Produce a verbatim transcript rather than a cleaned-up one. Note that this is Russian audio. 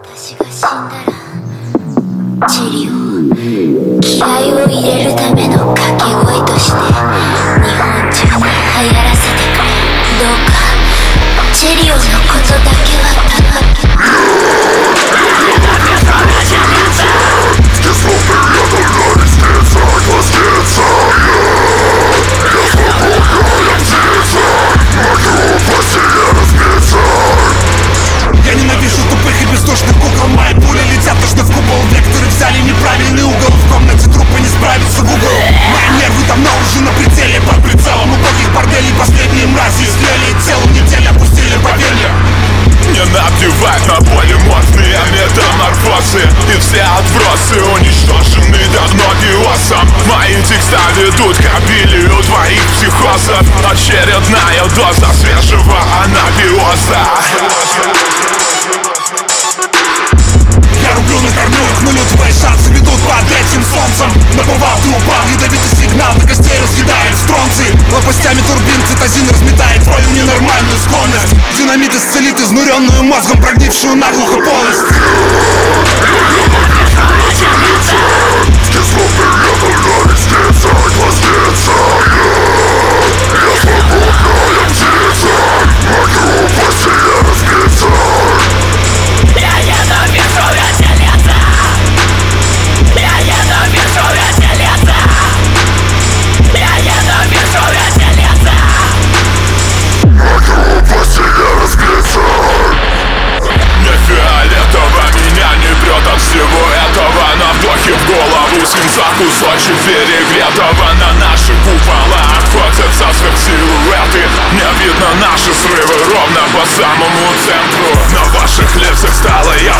私が死んだらチリを気合を入れるための掛け声として日本中に流行らせてくれ。どうかチェリオのことだけは頼む。 Я ненавижу тупых и бездушных кукол. Мои пули летят точно в купол. Векторы взяли неправильный угол. В комнате трупа не справится в угол. Мои нервы давно уже на пределе. Под прицелом убогих борделей последние мрази истлели. Телом неделю опустили поверье. Не надевать на поле мощные метаморфозы. И все отбросы уничтожены давно диосом. Мои текста ведут к обилию твоих психозов. Очередная доза свежего анабиоза. Я рублю на корню, к нулю твои шансы ведут под этим солнцем. Набывал, ты упал, ядовитый сигнал на костей разъедает стронций. Лопастями турбин цитозин разметает твою ненормальную склонность. Динамит исцелит изнуренную мозгом прогнившую наглухо полость. Кусочек перегретого на наши купола. Охотятся сверхсилуэты. Не видно наши срывы ровно по самому центру. На ваших лицах стало